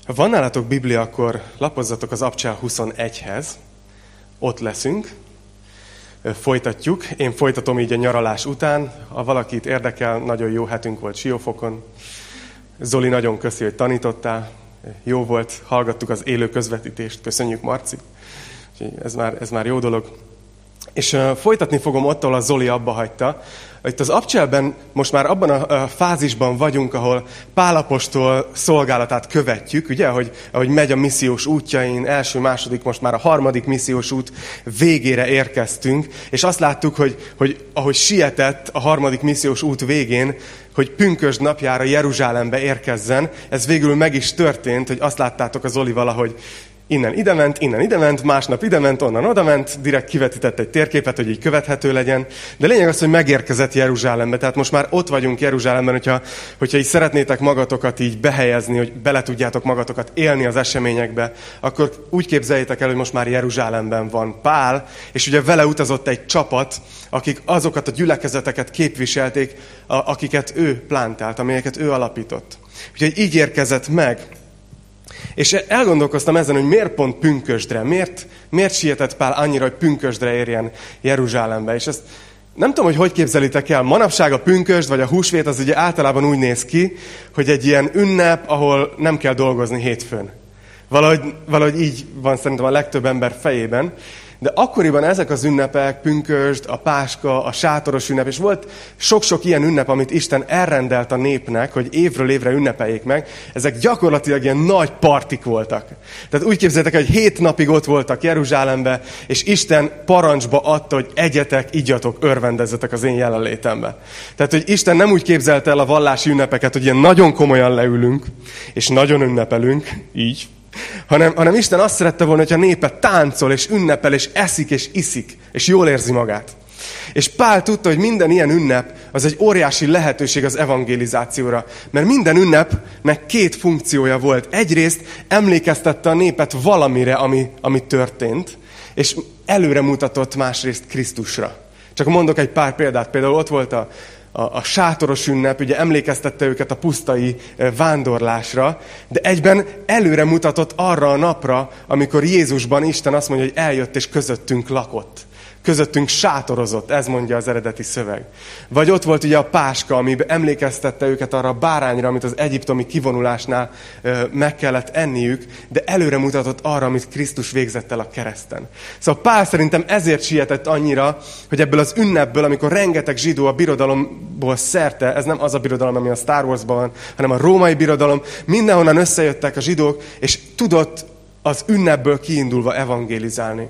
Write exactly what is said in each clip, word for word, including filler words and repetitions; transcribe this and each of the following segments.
Ha van nálatok Biblia, akkor lapozzatok az Abcsel huszonegyhez. Ott leszünk. Folytatjuk. Én folytatom így a nyaralás után. Ha valakit érdekel, nagyon jó hetünk volt Siófokon. Zoli, nagyon köszi, hogy tanítottál. Jó volt, hallgattuk az élő közvetítést. Köszönjük, Marci. Ez már, ez már jó dolog. És uh, folytatni fogom ott, ahol a Zoli abba hagyta. Itt az Abcselben most már abban a, a fázisban vagyunk, ahol Pál apostol szolgálatát követjük, ugye, ahogy, ahogy megy a missziós útjain, első, második, most már a harmadik missziós út végére érkeztünk, és azt láttuk, hogy, hogy ahogy sietett a harmadik missziós út végén, hogy pünkösd napjára Jeruzsálembe érkezzen, ez végül meg is történt, hogy azt láttátok az Zolival, ahogy innen idement, innen idement, másnap idement, onnan odament, direkt kivetített egy térképet, hogy így követhető legyen. De lényeg az, hogy megérkezett Jeruzsálembe. Tehát most már ott vagyunk Jeruzsálemben, hogyha, hogyha így szeretnétek magatokat így behelyezni, hogy bele tudjátok magatokat élni az eseményekbe, akkor úgy képzeljétek el, hogy most már Jeruzsálemben van Pál, és ugye vele utazott egy csapat, akik azokat a gyülekezeteket képviselték, akiket ő plántált, amelyeket ő alapított. Úgyhogy így érkezett meg. És elgondolkoztam ezen, hogy miért pont pünkösdre, miért, miért sietett Pál annyira, hogy pünkösdre érjen Jeruzsálembe. És ezt nem tudom, hogy hogy képzelitek el, manapság a pünkösd vagy a húsvét az ugye általában úgy néz ki, hogy egy ilyen ünnep, ahol nem kell dolgozni hétfőn. Valahogy, valahogy így van szerintem a legtöbb ember fejében. De akkoriban ezek az ünnepek, pünkösd, a páska, a sátoros ünnep, és volt sok-sok ilyen ünnep, amit Isten elrendelt a népnek, hogy évről évre ünnepeljék meg, ezek gyakorlatilag ilyen nagy partik voltak. Tehát úgy képzeljétek, hogy hét napig ott voltak Jeruzsálembe, és Isten parancsba adta, hogy egyetek, igyatok, örvendezzetek az én jelenlétembe. Tehát, hogy Isten nem úgy képzelte el a vallási ünnepeket, hogy ilyen nagyon komolyan leülünk, és nagyon ünnepelünk, így, Hanem, hanem Isten azt szerette volna, hogy a népe táncol, és ünnepel, és eszik, és iszik, és jól érzi magát. És Pál tudta, hogy minden ilyen ünnep az egy óriási lehetőség az evangelizációra. Mert minden ünnepnek két funkciója volt. Egyrészt emlékeztette a népet valamire, ami, ami történt, és előre mutatott másrészt Krisztusra. Csak mondok egy pár példát. Például ott volt a A, a sátoros ünnep, ugye emlékeztette őket a pusztai vándorlásra, de egyben előre mutatott arra a napra, amikor Jézusban Isten azt mondja, hogy eljött és közöttünk lakott. Közöttünk sátorozott, ez mondja az eredeti szöveg. Vagy ott volt ugye a páska, amiben emlékeztette őket arra a bárányra, amit az egyiptomi kivonulásnál ö, meg kellett enniük, de előre mutatott arra, amit Krisztus végzett el a kereszten. Szóval Pál szerintem ezért sietett annyira, hogy ebből az ünnepből, amikor rengeteg zsidó a birodalomból szerte, ez nem az a birodalom, ami a Star Warsban van, hanem a római birodalom, mindenhonnan összejöttek a zsidók, és tudott az ünnepből kiindulva evangélizálni.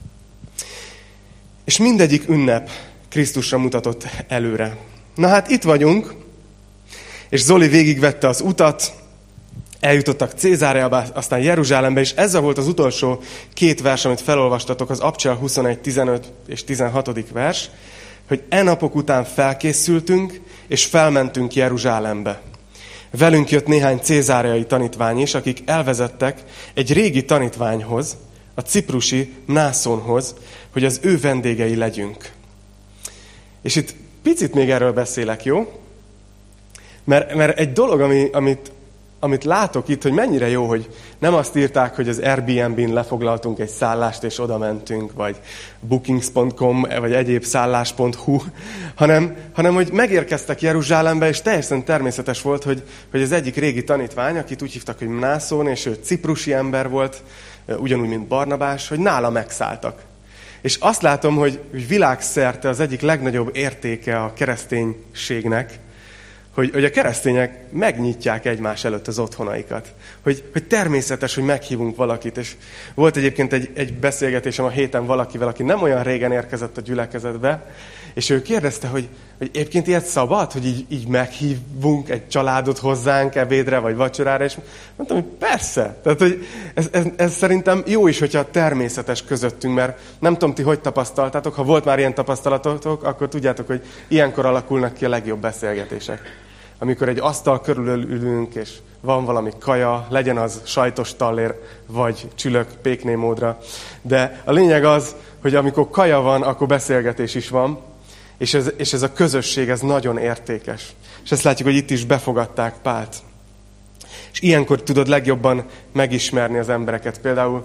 És mindegyik ünnep Krisztusra mutatott előre. Na hát itt vagyunk, és Zoli végigvette az utat, eljutottak Cézáreába, aztán Jeruzsálembe, és ezzel volt az utolsó két vers, amit felolvastatok, az Abcsel huszonegy, tizenöt és tizenhatodik vers, hogy e napok után felkészültünk, és felmentünk Jeruzsálembe. Velünk jött néhány cézáreai tanítvány is, akik elvezettek egy régi tanítványhoz, a ciprusi Mnászonhoz, hogy az ő vendégei legyünk. És itt picit még erről beszélek, jó? Mert, mert egy dolog, ami, amit, amit látok itt, hogy mennyire jó, hogy nem azt írták, hogy az Airbnb-n lefoglaltunk egy szállást, és oda mentünk, vagy bookings pont com, vagy egyéb szállás pont hu, hanem, hanem hogy megérkeztek Jeruzsálembe, és teljesen természetes volt, hogy, hogy az egyik régi tanítvány, akit úgy hívtak, hogy Mnászon, és ő ciprusi ember volt, ugyanúgy, mint Barnabás, hogy nála megszálltak. És azt látom, hogy világszerte az egyik legnagyobb értéke a kereszténységnek, hogy, hogy a keresztények megnyitják egymás előtt az otthonaikat. Hogy, hogy természetes, hogy meghívunk valakit. És volt egyébként egy, egy beszélgetésem a héten valakivel, aki nem olyan régen érkezett a gyülekezetbe, és ő kérdezte, hogy, hogy egyébként ilyet szabad, hogy így, így meghívunk egy családot hozzánk ebédre, vagy vacsorára, és mondtam, hogy persze. Tehát, hogy ez, ez, ez szerintem jó is, hogyha természetes közöttünk, mert nem tudom, ti hogy tapasztaltátok, ha volt már ilyen tapasztalatotok, akkor tudjátok, hogy ilyenkor alakulnak ki a legjobb beszélgetések. Amikor egy asztal körül ülünk, és van valami kaja, legyen az sajtos tallér, vagy csülök péknémódra. De a lényeg az, hogy amikor kaja van, akkor beszélgetés is van, és ez, és ez a közösség, ez nagyon értékes. És ezt látjuk, hogy itt is befogadták Pált. És ilyenkor tudod legjobban megismerni az embereket. Például,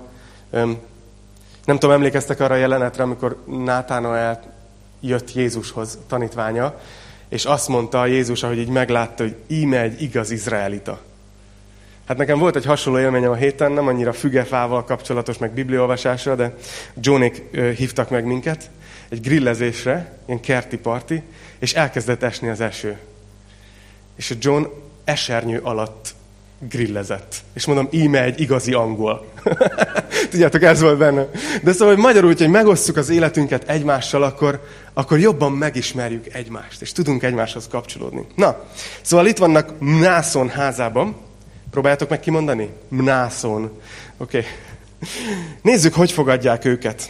nem tudom, emlékeztek arra a jelenetre, amikor Nátánael jött Jézushoz, tanítványa, és azt mondta Jézus, ahogy így meglátta, hogy íme egy igaz izraelita. Hát nekem volt egy hasonló élményem a héten, nem annyira fügefával kapcsolatos, meg bibliaolvasásra, de Johnék hívtak meg minket egy grillezésre, ilyen kerti parti, és elkezdett esni az eső. És a John esernyő alatt grillezett. És mondom, íme egy igazi angol. Tudjátok, ez volt benne. De szóval, hogy magyarul, hogy megosszuk az életünket egymással, akkor, akkor jobban megismerjük egymást, és tudunk egymáshoz kapcsolódni. Na, szóval itt vannak Mnászon házában. Próbáljátok meg kimondani? Mnászon. Oké. Okay. Nézzük, hogy fogadják őket.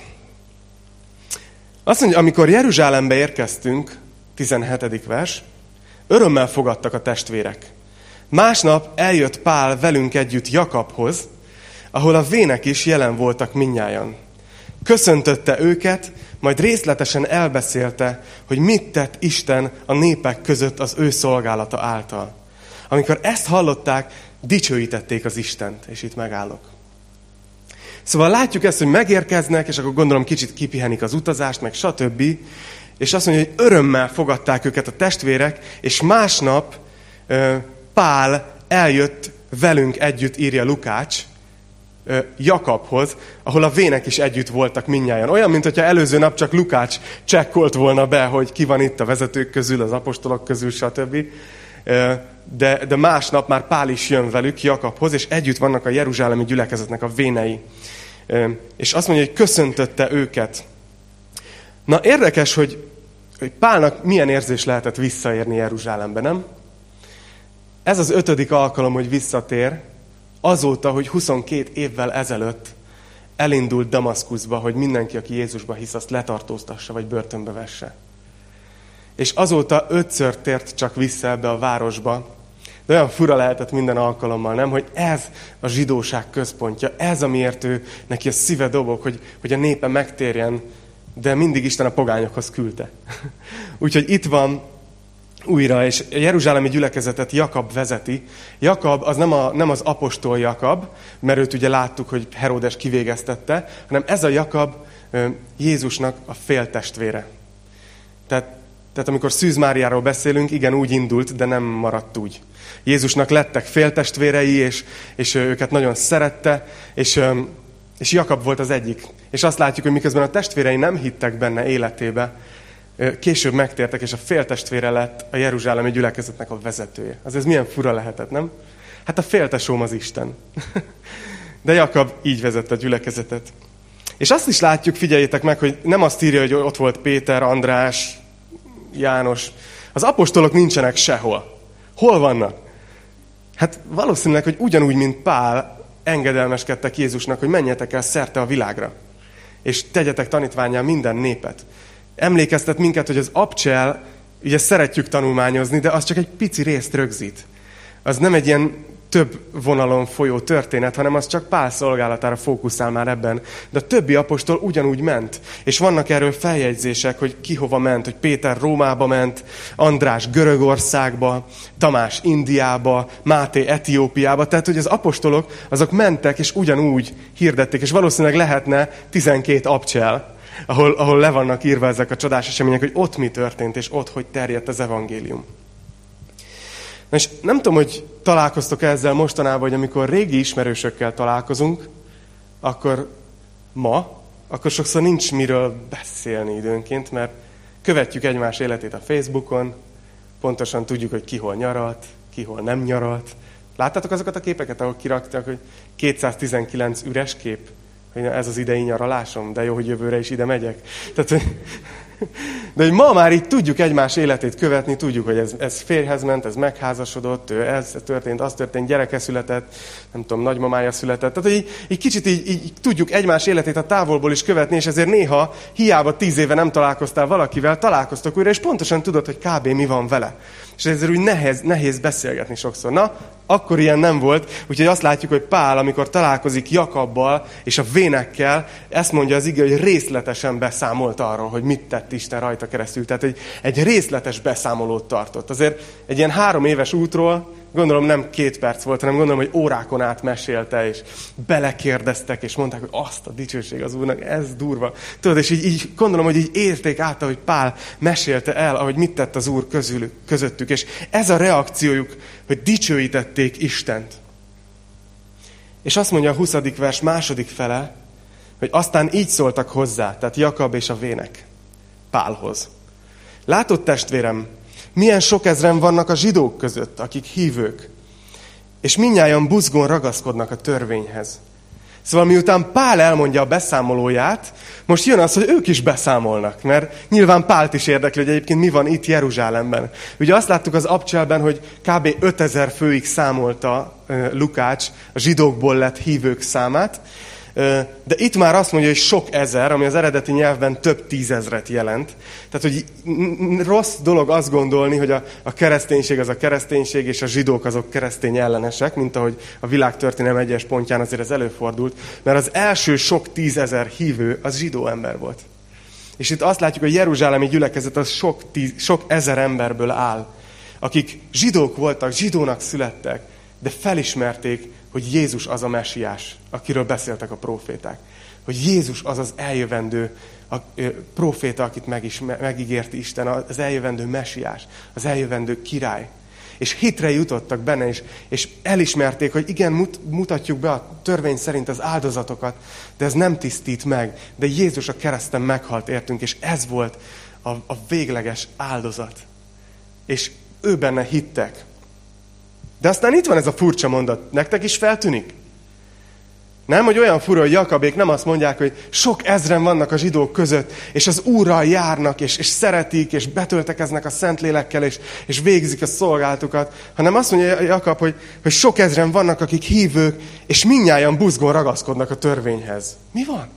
Azt mondja, amikor Jeruzsálembe érkeztünk, tizenhetedik vers, örömmel fogadtak a testvérek. Másnap eljött Pál velünk együtt Jakabhoz, ahol a vének is jelen voltak mindnyájan. Köszöntötte őket, majd részletesen elbeszélte, hogy mit tett Isten a népek között az ő szolgálata által. Amikor ezt hallották, dicsőítették az Istent, és itt megállok. Szóval látjuk ezt, hogy megérkeznek, és akkor gondolom kicsit kipihenik az utazást, meg stb. És azt mondja, hogy örömmel fogadták őket a testvérek, és másnap Pál eljött velünk együtt, írja Lukács, Jakabhoz, ahol a vének is együtt voltak mindnyájan. Olyan, mint hogyha előző nap csak Lukács csekkolt volna be, hogy ki van itt a vezetők közül, az apostolok közül, stb. De, de másnap már Pál is jön velük Jakabhoz, és együtt vannak a jeruzsálemi gyülekezetnek a vénei. És azt mondja, hogy köszöntötte őket. Na érdekes, hogy, hogy Pálnak milyen érzés lehetett visszaérni Jeruzsálembe, nem? Ez az ötödik alkalom, hogy visszatér, azóta, hogy huszonkét évvel ezelőtt elindult Damaszkuszba, hogy mindenki, aki Jézusba hisz, azt letartóztassa, vagy börtönbe vesse. És azóta ötször tért csak vissza ebbe a városba. De olyan fura lehetett minden alkalommal, nem? Hogy ez a zsidóság központja, ez amiért ő, neki a szíve dobog, hogy, hogy a népe megtérjen, de mindig Isten a pogányokhoz küldte. Úgyhogy itt van újra, és a jeruzsálemi gyülekezetet Jakab vezeti. Jakab az nem, a, nem az apostol Jakab, mert őt ugye láttuk, hogy Heródes kivégeztette, hanem ez a Jakab Jézusnak a féltestvére. Tehát, tehát amikor Szűz Máriáról beszélünk, igen, úgy indult, de nem maradt úgy. Jézusnak lettek féltestvérei, és, és őket nagyon szerette, és, és Jakab volt az egyik. És azt látjuk, hogy miközben a testvérei nem hittek benne életébe, később megtértek, és a féltestvére lett a jeruzsálemi gyülekezetnek a vezetője. Az ez milyen fura lehetett, nem? Hát a féltesóm az Isten. De Jakab így vezette a gyülekezetet. És azt is látjuk, figyeljétek meg, hogy nem azt írja, hogy ott volt Péter, András, János. Az apostolok nincsenek sehol. Hol vannak? Hát valószínűleg, hogy ugyanúgy, mint Pál, engedelmeskedtek Jézusnak, hogy menjetek el szerte a világra. És tegyetek tanítvánnyá minden népet. Emlékeztet minket, hogy az abcsel, ugye szeretjük tanulmányozni, de az csak egy pici részt rögzít. Az nem egy ilyen több vonalon folyó történet, hanem az csak Pál szolgálatára fókuszál már ebben. De a többi apostol ugyanúgy ment. És vannak erről feljegyzések, hogy ki hova ment, hogy Péter Rómába ment, András Görögországba, Tamás Indiába, Máté Etiópiába. Tehát, hogy az apostolok azok mentek, és ugyanúgy hirdették, és valószínűleg lehetne tizenkét abcsel, ahol, ahol le vannak írva ezek a csodás események, hogy ott mi történt, és ott hogy terjedt az evangélium. Na és nem tudom, hogy találkoztok ezzel mostanában, hogy amikor régi ismerősökkel találkozunk, akkor ma, akkor sokszor nincs miről beszélni időnként, mert követjük egymás életét a Facebookon, pontosan tudjuk, hogy ki hol nyaralt, ki hol nem nyaralt. Láttátok azokat a képeket, ahol kiraktak, hogy kétszáztizenkilenc üres kép? Hogy ez az idei nyaralásom, de jó, hogy jövőre is ide megyek. Tehát, hogy de hogy ma már így tudjuk egymás életét követni, tudjuk, hogy ez, ez férjhez ment, ez megházasodott, ez történt, az történt, gyereke született, nem tudom, nagymamája született. Tehát, hogy így, így kicsit így, így tudjuk egymás életét a távolból is követni, és ezért néha hiába tíz éve nem találkoztál valakivel, találkoztok újra, és pontosan tudod, hogy kb. Mi van vele. És ezért úgy nehéz, nehéz beszélgetni sokszor. Na, akkor ilyen nem volt, úgyhogy azt látjuk, hogy Pál, amikor találkozik Jakabbal és a vénekkel, ezt mondja az ige, hogy részletesen beszámolt arról, hogy mit tett Isten rajta keresztül. Tehát egy, egy részletes beszámolót tartott. Azért egy ilyen három éves útról Gondolom nem két perc volt, hanem gondolom, hogy órákon át mesélte, és belekérdeztek, és mondták, hogy azt a dicsőség az Úrnak, ez durva. Tudod, és így, így gondolom, hogy így érték át, ahogy Pál mesélte el, ahogy mit tett az Úr közülük, közöttük. És ez a reakciójuk, hogy dicsőítették Istent. És azt mondja a huszadik vers második fele, hogy aztán így szóltak hozzá, tehát Jakab és a vének Pálhoz. Látod, testvérem, milyen sok ezren vannak a zsidók között, akik hívők, és mindnyájan buzgón ragaszkodnak a törvényhez. Szóval miután Pál elmondja a beszámolóját, most jön az, hogy ők is beszámolnak, mert nyilván Pált is érdekli, hogy egyébként mi van itt Jeruzsálemben. Ugye azt láttuk az Abcselben, hogy kb. ötezer főig számolta Lukács a zsidókból lett hívők számát, de itt már azt mondja, hogy sok ezer, ami az eredeti nyelvben több tízezret jelent. Tehát, hogy rossz dolog azt gondolni, hogy a, a kereszténység az a kereszténység, és a zsidók azok keresztény ellenesek, mint ahogy a világtörténelem egyes pontján azért ez előfordult, mert az első sok tízezer hívő az zsidó ember volt. És itt azt látjuk, hogy a jeruzsálemi gyülekezet az sok, tíz, sok ezer emberből áll, akik zsidók voltak, zsidónak születtek, de felismerték, hogy Jézus az a mesiás, akiről beszéltek a próféták. Hogy Jézus az az eljövendő a próféta, akit meg is, megígért Isten, az eljövendő mesiás, az eljövendő király. És hitre jutottak benne, és, és elismerték, hogy igen, mut, mutatjuk be a törvény szerint az áldozatokat, de ez nem tisztít meg. De Jézus a kereszten meghalt értünk, és ez volt a, a végleges áldozat. És ő benne hittek. De aztán itt van ez a furcsa mondat. Nektek is feltűnik? Nem, hogy olyan fura, hogy Jakabék nem azt mondják, hogy sok ezren vannak a zsidók között, és az Úrral járnak, és, és szeretik, és betöltekeznek a Szentlélekkel, és, és végzik a szolgálatukat, hanem azt mondja Jakab, hogy, hogy sok ezren vannak, akik hívők, és mindnyájan buzgón ragaszkodnak a törvényhez. Mi van?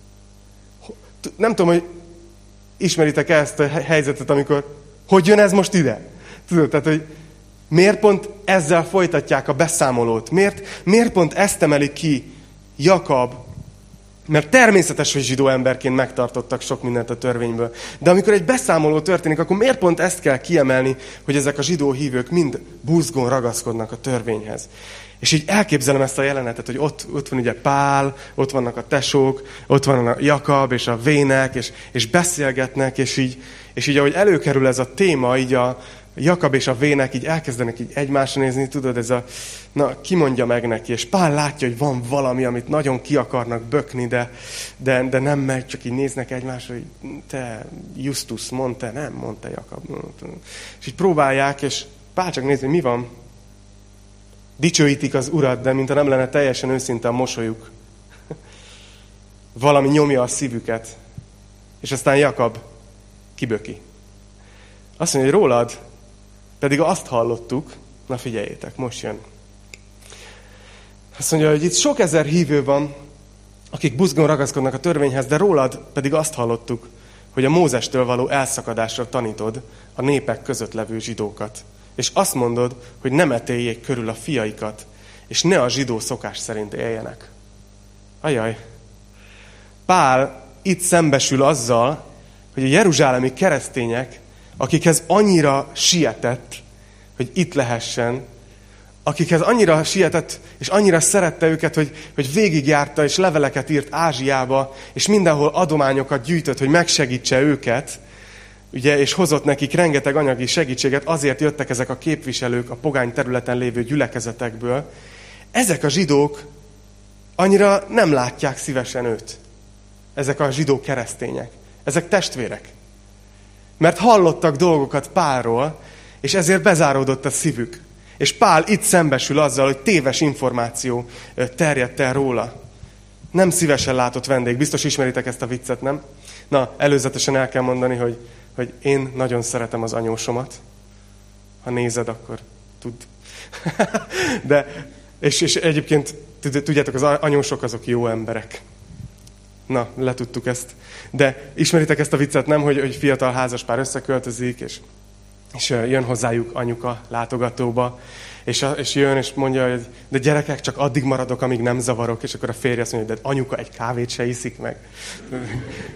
Nem tudom, hogy ismeritek ezt a helyzetet, amikor hogy jön ez most ide? Tudod, tehát, hogy miért pont ezzel folytatják a beszámolót? Miért, miért pont ezt emelik ki Jakab? Mert természetes, hogy zsidó emberként megtartottak sok mindent a törvényből. De amikor egy beszámoló történik, akkor miért pont ezt kell kiemelni, hogy ezek a zsidó hívők mind buzgón ragaszkodnak a törvényhez? És így elképzelem ezt a jelenetet, hogy ott, ott van ugye Pál, ott vannak a tesók, ott van a Jakab és a vének, és, és beszélgetnek, és így, és így ahogy előkerül ez a téma, így a Jakab és a vének így elkezdenek így egymásra nézni, tudod, ez a, na, ki mondja meg neki, és Pál látja, hogy van valami, amit nagyon ki akarnak bökni, de, de, de nem megy, csak így néznek egymásra, hogy te, Justus, mondta, nem, mondta Jakab. És így próbálják, és Pál csak nézi, mi van? Dicsőítik az Urat, de mintha nem lenne teljesen őszinte a mosolyuk. Valami nyomja a szívüket. És aztán Jakab kiböki. Azt mondja, hogy rólad pedig azt hallottuk, na figyeljétek, most jön. Azt mondja, hogy itt sok ezer hívő van, akik buzgón ragaszkodnak a törvényhez, de rólad pedig azt hallottuk, hogy a Mózestől való elszakadásra tanítod a népek között levő zsidókat. És azt mondod, hogy ne metéljék körül a fiaikat, és ne a zsidó szokás szerint éljenek. Ajaj. Pál itt szembesül azzal, hogy a jeruzsálemi keresztények, akikhez annyira sietett, hogy itt lehessen, akikhez annyira sietett, és annyira szerette őket, hogy, hogy végigjárta, és leveleket írt Ázsiába, és mindenhol adományokat gyűjtött, hogy megsegítse őket, ugye, és hozott nekik rengeteg anyagi segítséget, azért jöttek ezek a képviselők a pogány területen lévő gyülekezetekből. Ezek a zsidók annyira nem látják szívesen őt. Ezek a zsidó keresztények. Ezek testvérek. Mert hallottak dolgokat Pálról, és ezért bezáródott a szívük. És Pál itt szembesül azzal, hogy téves információ terjedt el róla. Nem szívesen látott vendég. Biztos ismeritek ezt a viccet, nem? Na, előzetesen el kell mondani, hogy, hogy én nagyon szeretem az anyósomat. Ha nézed, akkor tudd. De, és, és egyébként tudjátok, az anyósok azok jó emberek. Na, letudtuk ezt. De ismeritek ezt a viccet, nem, hogy, hogy fiatal házaspár összeköltözik, és, és jön hozzájuk anyuka látogatóba, és, és jön, és mondja, hogy de gyerekek, csak addig maradok, amíg nem zavarok, és akkor a férje azt mondja, de anyuka egy kávét se iszik meg.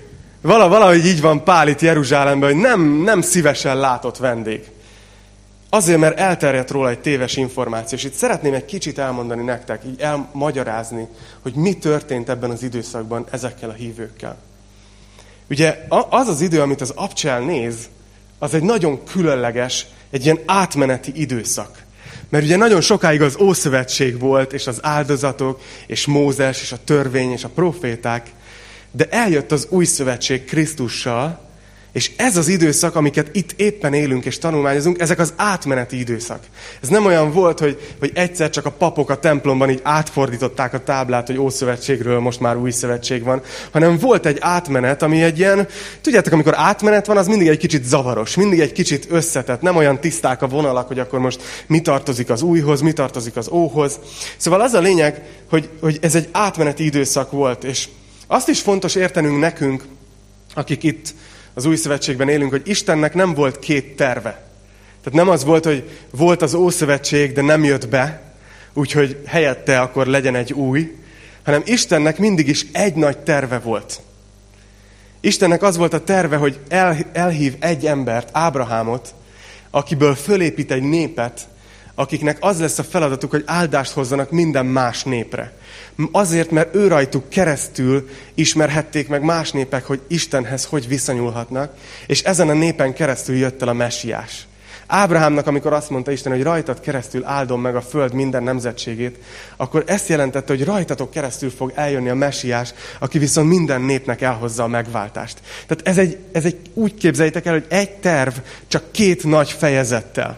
Valahogy így van Pál itt Jeruzsálemben, hogy nem, nem szívesen látott vendég. Azért, mert elterjedt róla egy téves információ. És itt szeretném egy kicsit elmondani nektek, így elmagyarázni, hogy mi történt ebben az időszakban ezekkel a hívőkkel. Ugye az az idő, amit az Abcsel néz, az egy nagyon különleges, egy ilyen átmeneti időszak. Mert ugye nagyon sokáig az Ószövetség volt, és az áldozatok, és Mózes, és a törvény, és a proféták, de eljött az Új Szövetség Krisztussal, és ez az időszak, amiket itt éppen élünk és tanulmányozunk, ezek az átmeneti időszak. Ez nem olyan volt, hogy, hogy egyszer csak a papok a templomban így átfordították a táblát, hogy Ószövetségről most már Új Szövetség van, hanem volt egy átmenet, ami egy ilyen, tudjátok, amikor átmenet van, az mindig egy kicsit zavaros, mindig egy kicsit összetett, nem olyan tiszták a vonalak, hogy akkor most mi tartozik az újhoz, mi tartozik az óhoz. Szóval az a lényeg, hogy, hogy ez egy átmeneti időszak volt, és azt is fontos értenünk nekünk, akik itt az Új Szövetségben élünk, hogy Istennek nem volt két terve. Tehát nem az volt, hogy volt az Ószövetség, de nem jött be, úgyhogy helyette akkor legyen egy új, hanem Istennek mindig is egy nagy terve volt. Istennek az volt a terve, hogy el, elhív egy embert, Ábrahámot, akiből fölépít egy népet, akiknek az lesz a feladatuk, hogy áldást hozzanak minden más népre. Azért, mert ő rajtuk keresztül ismerhették meg más népek, hogy Istenhez hogy viszonyulhatnak, és ezen a népen keresztül jött el a messiás. Ábrahámnak, amikor azt mondta Isten, hogy rajtad keresztül áldom meg a föld minden nemzetségét, akkor ezt jelentette, hogy rajtatok keresztül fog eljönni a messiás, aki viszont minden népnek elhozza a megváltást. Tehát ez egy, ez egy úgy képzeljétek el, hogy egy terv csak két nagy fejezettel.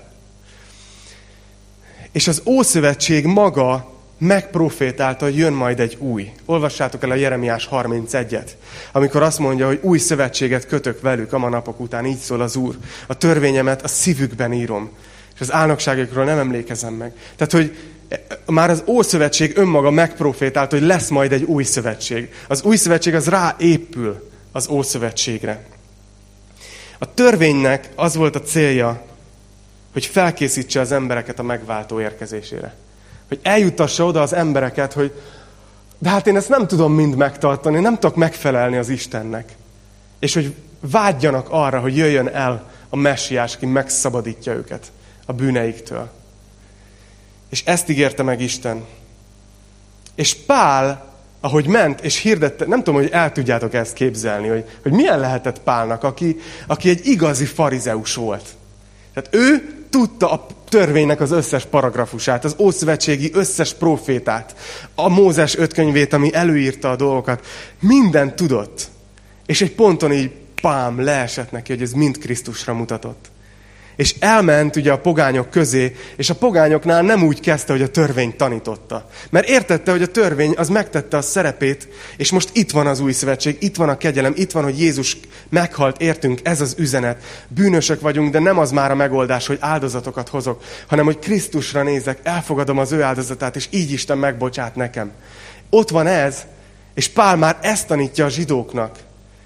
És az Ószövetség maga megprofétálta, hogy jön majd egy új. Olvassátok el a Jeremiás harmincegyet, amikor azt mondja, hogy új szövetséget kötök velük a manapok után, így szól az Úr. A törvényemet a szívükben írom, és az álnokságokról nem emlékezem meg. Tehát, hogy már az Ószövetség önmaga megprofétálta, hogy lesz majd egy új szövetség. Az új szövetség az ráépül az Ószövetségre. A törvénynek az volt a célja, hogy felkészítse az embereket a megváltó érkezésére. Hogy eljutassa oda az embereket, hogy de hát én ezt nem tudom mind megtartani, nem tudok megfelelni az Istennek. És hogy vágyjanak arra, hogy jöjjön el a messiás, aki megszabadítja őket a bűneiktől. És ezt ígérte meg Isten. És Pál, ahogy ment és hirdette, nem tudom, hogy el tudjátok ezt képzelni, hogy, hogy milyen lehetett Pálnak, aki, aki egy igazi farizeus volt. Tehát ő tudta a törvénynek az összes paragrafusát, az ószövetségi összes profétát, a Mózes öt könyvét, ami előírta a dolgokat. Mindent tudott. És egy ponton így pám, leesett neki, hogy ez mind Krisztusra mutatott. És elment ugye a pogányok közé, és a pogányoknál nem úgy kezdte, hogy a törvény tanította. Mert értette, hogy a törvény az megtette a szerepét, és most itt van az új szövetség, itt van a kegyelem, itt van, hogy Jézus meghalt, értünk, ez az üzenet. Bűnösök vagyunk, de nem az már a megoldás, hogy áldozatokat hozok, hanem hogy Krisztusra nézek, elfogadom az ő áldozatát, és így Isten megbocsát nekem. Ott van ez, és Pál már ezt tanítja a zsidóknak.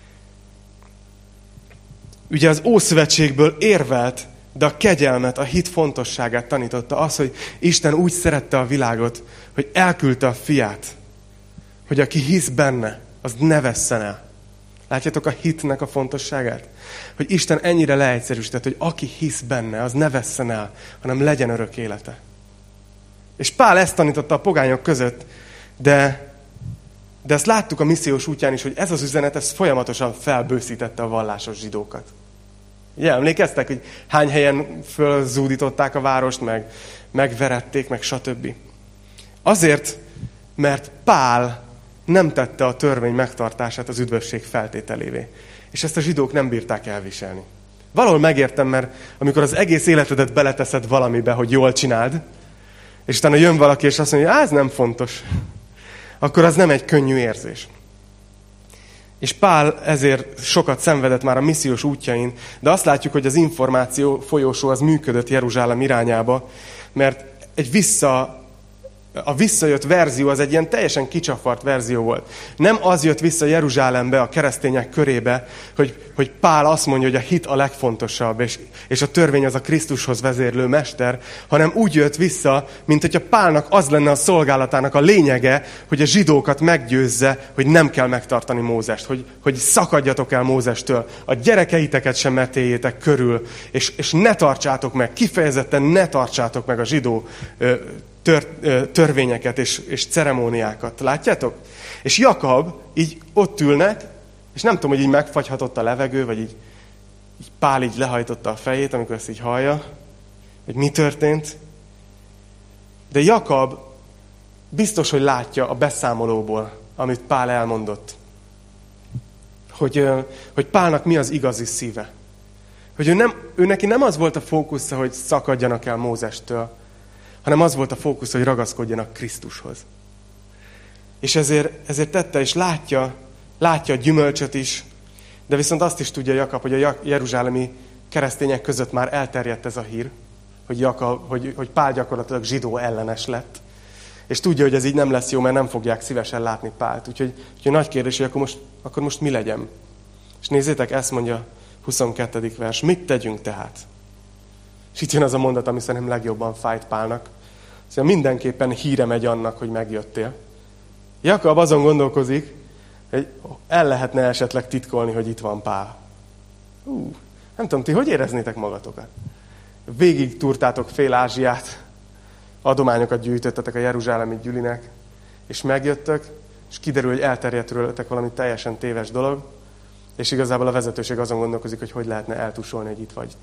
Ugye az Ószövetségből érvelt, de a kegyelmet, a hit fontosságát tanította. Az, hogy Isten úgy szerette a világot, hogy elküldte a fiát, hogy aki hisz benne, az ne vesszen el. Látjátok a hitnek a fontosságát? Hogy Isten ennyire leegyszerűsített, hogy aki hisz benne, az ne vesszen el, hanem legyen örök élete. És Pál ezt tanította a pogányok között, de, de ezt láttuk a missziós útján is, hogy ez az üzenet, ez folyamatosan felbőszítette a vallásos zsidókat. Ugye, emlékeztek, hogy hány helyen fölzúdították a várost, meg megverették, meg stb. Azért, mert Pál nem tette a törvény megtartását az üdvösség feltételévé. És ezt a zsidók nem bírták elviselni. Valahol megértem, mert amikor az egész életedet beleteszed valamibe, hogy jól csináld, és utána jön valaki, és azt mondja, hogy ez nem fontos, akkor az nem egy könnyű érzés. És Pál ezért sokat szenvedett már a missziós útjain, de azt látjuk, hogy az információ folyósó az működött Jeruzsálem irányába, mert egy vissza, a visszajött verzió az egy ilyen teljesen kicsafart verzió volt. Nem az jött vissza Jeruzsálembe, a keresztények körébe, hogy, hogy Pál azt mondja, hogy a hit a legfontosabb, és, és a törvény az a Krisztushoz vezérlő mester, hanem úgy jött vissza, mint hogyha Pálnak az lenne a szolgálatának a lényege, hogy a zsidókat meggyőzze, hogy nem kell megtartani Mózest, hogy, hogy szakadjatok el Mózestől, a gyerekeiteket sem metéljétek körül, és, és ne tartsátok meg, kifejezetten ne tartsátok meg a zsidó Tör, törvényeket és, és ceremóniákat. Látjátok? És Jakab így ott ülnek, és nem tudom, hogy így megfagyhatott a levegő, vagy így, így Pál így lehajtotta a fejét, amikor ezt így hallja, hogy mi történt. De Jakab biztos, hogy látja a beszámolóból, amit Pál elmondott. Hogy, hogy Pálnak mi az igazi szíve. Hogy ő, nem, ő neki nem az volt a fókusza, hogy szakadjanak el Mózestől, hanem az volt a fókusz, hogy ragaszkodjanak Krisztushoz. És ezért, ezért tette, és látja, látja a gyümölcsöt is, de viszont azt is tudja Jakab, hogy a jeruzsálemi keresztények között már elterjedt ez a hír, hogy, Jakab, hogy, hogy Pál gyakorlatilag zsidó ellenes lett. És tudja, hogy ez így nem lesz jó, mert nem fogják szívesen látni Pált. Úgyhogy, úgyhogy nagy kérdés, hogy akkor most, akkor most mi legyen? És nézzétek, ezt mondja huszonkettedik vers. Mit tegyünk tehát? És itt jön az a mondat, ami szerintem legjobban fájt Pálnak. Szóval mindenképpen híre megy annak, hogy megjöttél. Jakab azon gondolkozik, hogy el lehetne esetleg titkolni, hogy itt van Pál. Hú, nem tudom, ti hogy éreznétek magatokat? Végig túrtátok fél Ázsiát, adományokat gyűjtöttetek a jeruzsálemi gyülinek, és megjöttök, és kiderül, hogy elterjedt rőletek valami teljesen téves dolog, és igazából a vezetőség azon gondolkozik, hogy hogy lehetne eltusolni, hogy itt vagy.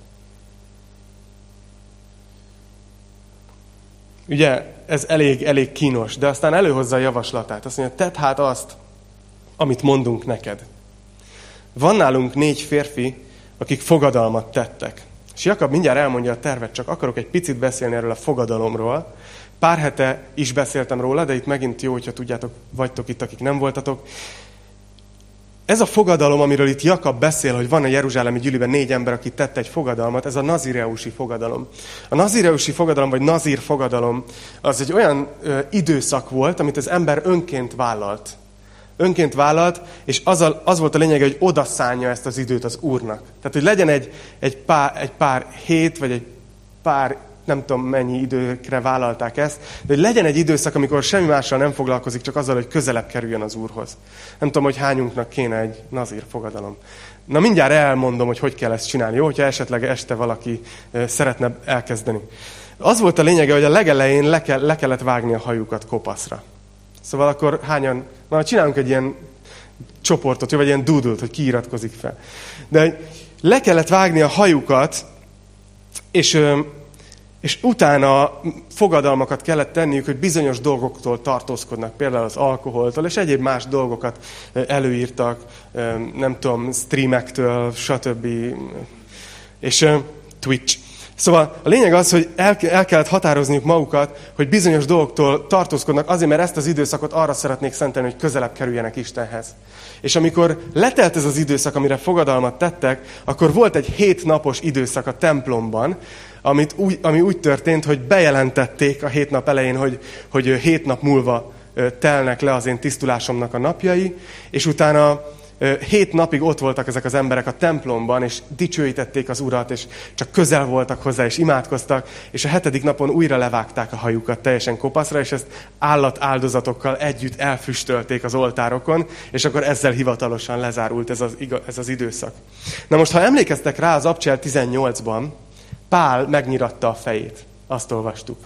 Ugye, ez elég, elég kínos, de aztán előhozza a javaslatát. Azt mondja, tedd hát azt, amit mondunk neked. Van nálunk négy férfi, akik fogadalmat tettek. És Jakab mindjárt elmondja a tervet, csak akarok egy picit beszélni erről a fogadalomról. Pár hete is beszéltem róla, de itt megint jó, hogyha tudjátok, vagytok itt, akik nem voltatok. Ez a fogadalom, amiről itt Jakab beszél, hogy van a jeruzsálemi gyűliben négy ember, aki tette egy fogadalmat, ez a nazireusi fogadalom. A nazireusi fogadalom, vagy nazír fogadalom, az egy olyan ö, időszak volt, amit az ember önként vállalt. Önként vállalt, és az, a, az volt a lényege, hogy odaszánja ezt az időt az Úrnak. Tehát, hogy legyen egy, egy, pár, egy pár hét, vagy egy pár, nem tudom mennyi időkre vállalták ezt, de hogy legyen egy időszak, amikor semmi mással nem foglalkozik, csak azzal, hogy közelebb kerüljön az Úrhoz. Nem tudom, hogy hányunknak kéne egy nazír fogadalom. Na mindjárt elmondom, hogy hogy kell ezt csinálni. Jó, hogyha esetleg este valaki szeretne elkezdeni. Az volt a lényege, hogy a legelején le, kell, le kellett vágni a hajukat kopaszra. Szóval akkor hányan, na csinálunk egy ilyen csoportot, vagy ilyen doodle-t, hogy kiiratkozik fel. De le kellett vágni a hajukat, és... és utána fogadalmakat kellett tenniük, hogy bizonyos dolgoktól tartózkodnak, például az alkoholtól, és egyéb más dolgokat előírtak, nem tudom, streamektől, stb. És Twitch. Szóval a lényeg az, hogy el, el kellett határozniuk magukat, hogy bizonyos dolgoktól tartózkodnak, azért, mert ezt az időszakot arra szeretnék szentelni, hogy közelebb kerüljenek Istenhez. És amikor letelt ez az időszak, amire fogadalmat tettek, akkor volt egy hét napos időszak a templomban, amit úgy, ami úgy történt, hogy bejelentették a hét nap elején, hogy, hogy hét nap múlva telnek le az én tisztulásomnak a napjai, és utána hét napig ott voltak ezek az emberek a templomban, és dicsőítették az Urat, és csak közel voltak hozzá, és imádkoztak, és a hetedik napon újra levágták a hajukat teljesen kopaszra, és ezt állatáldozatokkal együtt elfüstölték az oltárokon, és akkor ezzel hivatalosan lezárult ez az, ez az időszak. Na most, ha emlékeztek rá, az Abcsel tizennyolcban Pál megnyiratta a fejét. Azt olvastuk.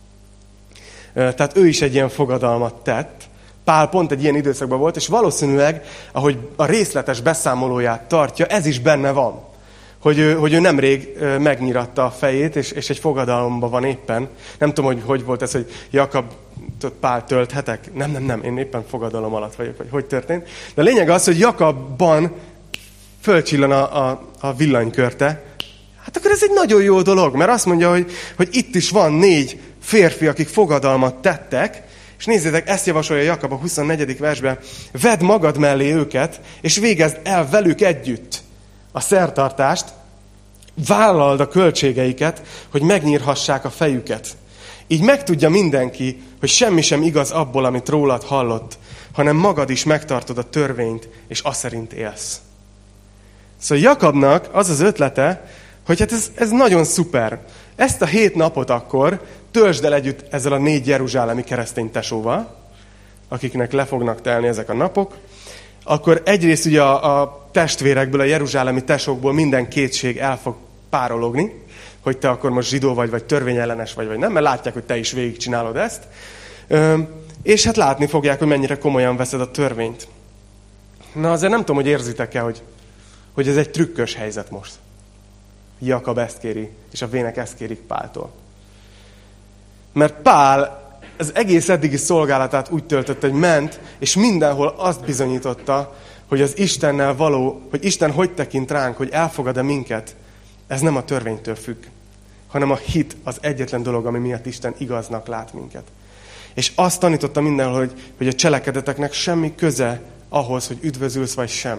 Tehát ő is egy ilyen fogadalmat tett. Pál pont egy ilyen időszakban volt, és valószínűleg, ahogy a részletes beszámolóját tartja, ez is benne van. Hogy ő, hogy ő nemrég megnyiratta a fejét, és, és egy fogadalomban van éppen. Nem tudom, hogy hogy volt ez, hogy Jakab, Pál tölthetek? Nem, nem, nem, én éppen fogadalom alatt vagyok, vagy hogy történt. De a lényeg az, hogy Jakabban fölcsillan a, a, a villanykörte. Hát akkor ez egy nagyon jó dolog, mert azt mondja, hogy, hogy itt is van négy férfi, akik fogadalmat tettek, és nézzétek, ezt javasolja Jakab a huszonnegyedik versben, vedd magad mellé őket, és végezd el velük együtt a szertartást, vállald a költségeiket, hogy megnyírhassák a fejüket. Így megtudja mindenki, hogy semmi sem igaz abból, amit rólad hallott, hanem magad is megtartod a törvényt, és azt szerint élsz. Szóval Jakabnak az az ötlete, hogy hát ez, ez nagyon szuper. Ezt a hét napot akkor töltsd el együtt ezzel a négy jeruzsálemi keresztény tesóval, akiknek le fognak telni ezek a napok. Akkor egyrészt ugye a, a testvérekből, a jeruzsálemi tesókból minden kétség el fog párologni, hogy te akkor most zsidó vagy, vagy törvényellenes vagy, vagy nem, mert látják, hogy te is végigcsinálod ezt. Ö, és hát látni fogják, hogy mennyire komolyan veszed a törvényt. Na azért nem tudom, hogy érzitek-e, hogy, hogy ez egy trükkös helyzet most. Jakab ezt kéri, és a vének ezt kérik Páltól. Mert Pál az egész eddigi szolgálatát úgy töltötte, hogy ment, és mindenhol azt bizonyította, hogy az Istennel való, hogy Isten hogy tekint ránk, hogy elfogad-e minket, ez nem a törvénytől függ, hanem a hit az egyetlen dolog, ami miatt Isten igaznak lát minket. És azt tanította mindenhol, hogy, hogy a cselekedeteknek semmi köze ahhoz, hogy üdvözülsz vagy sem.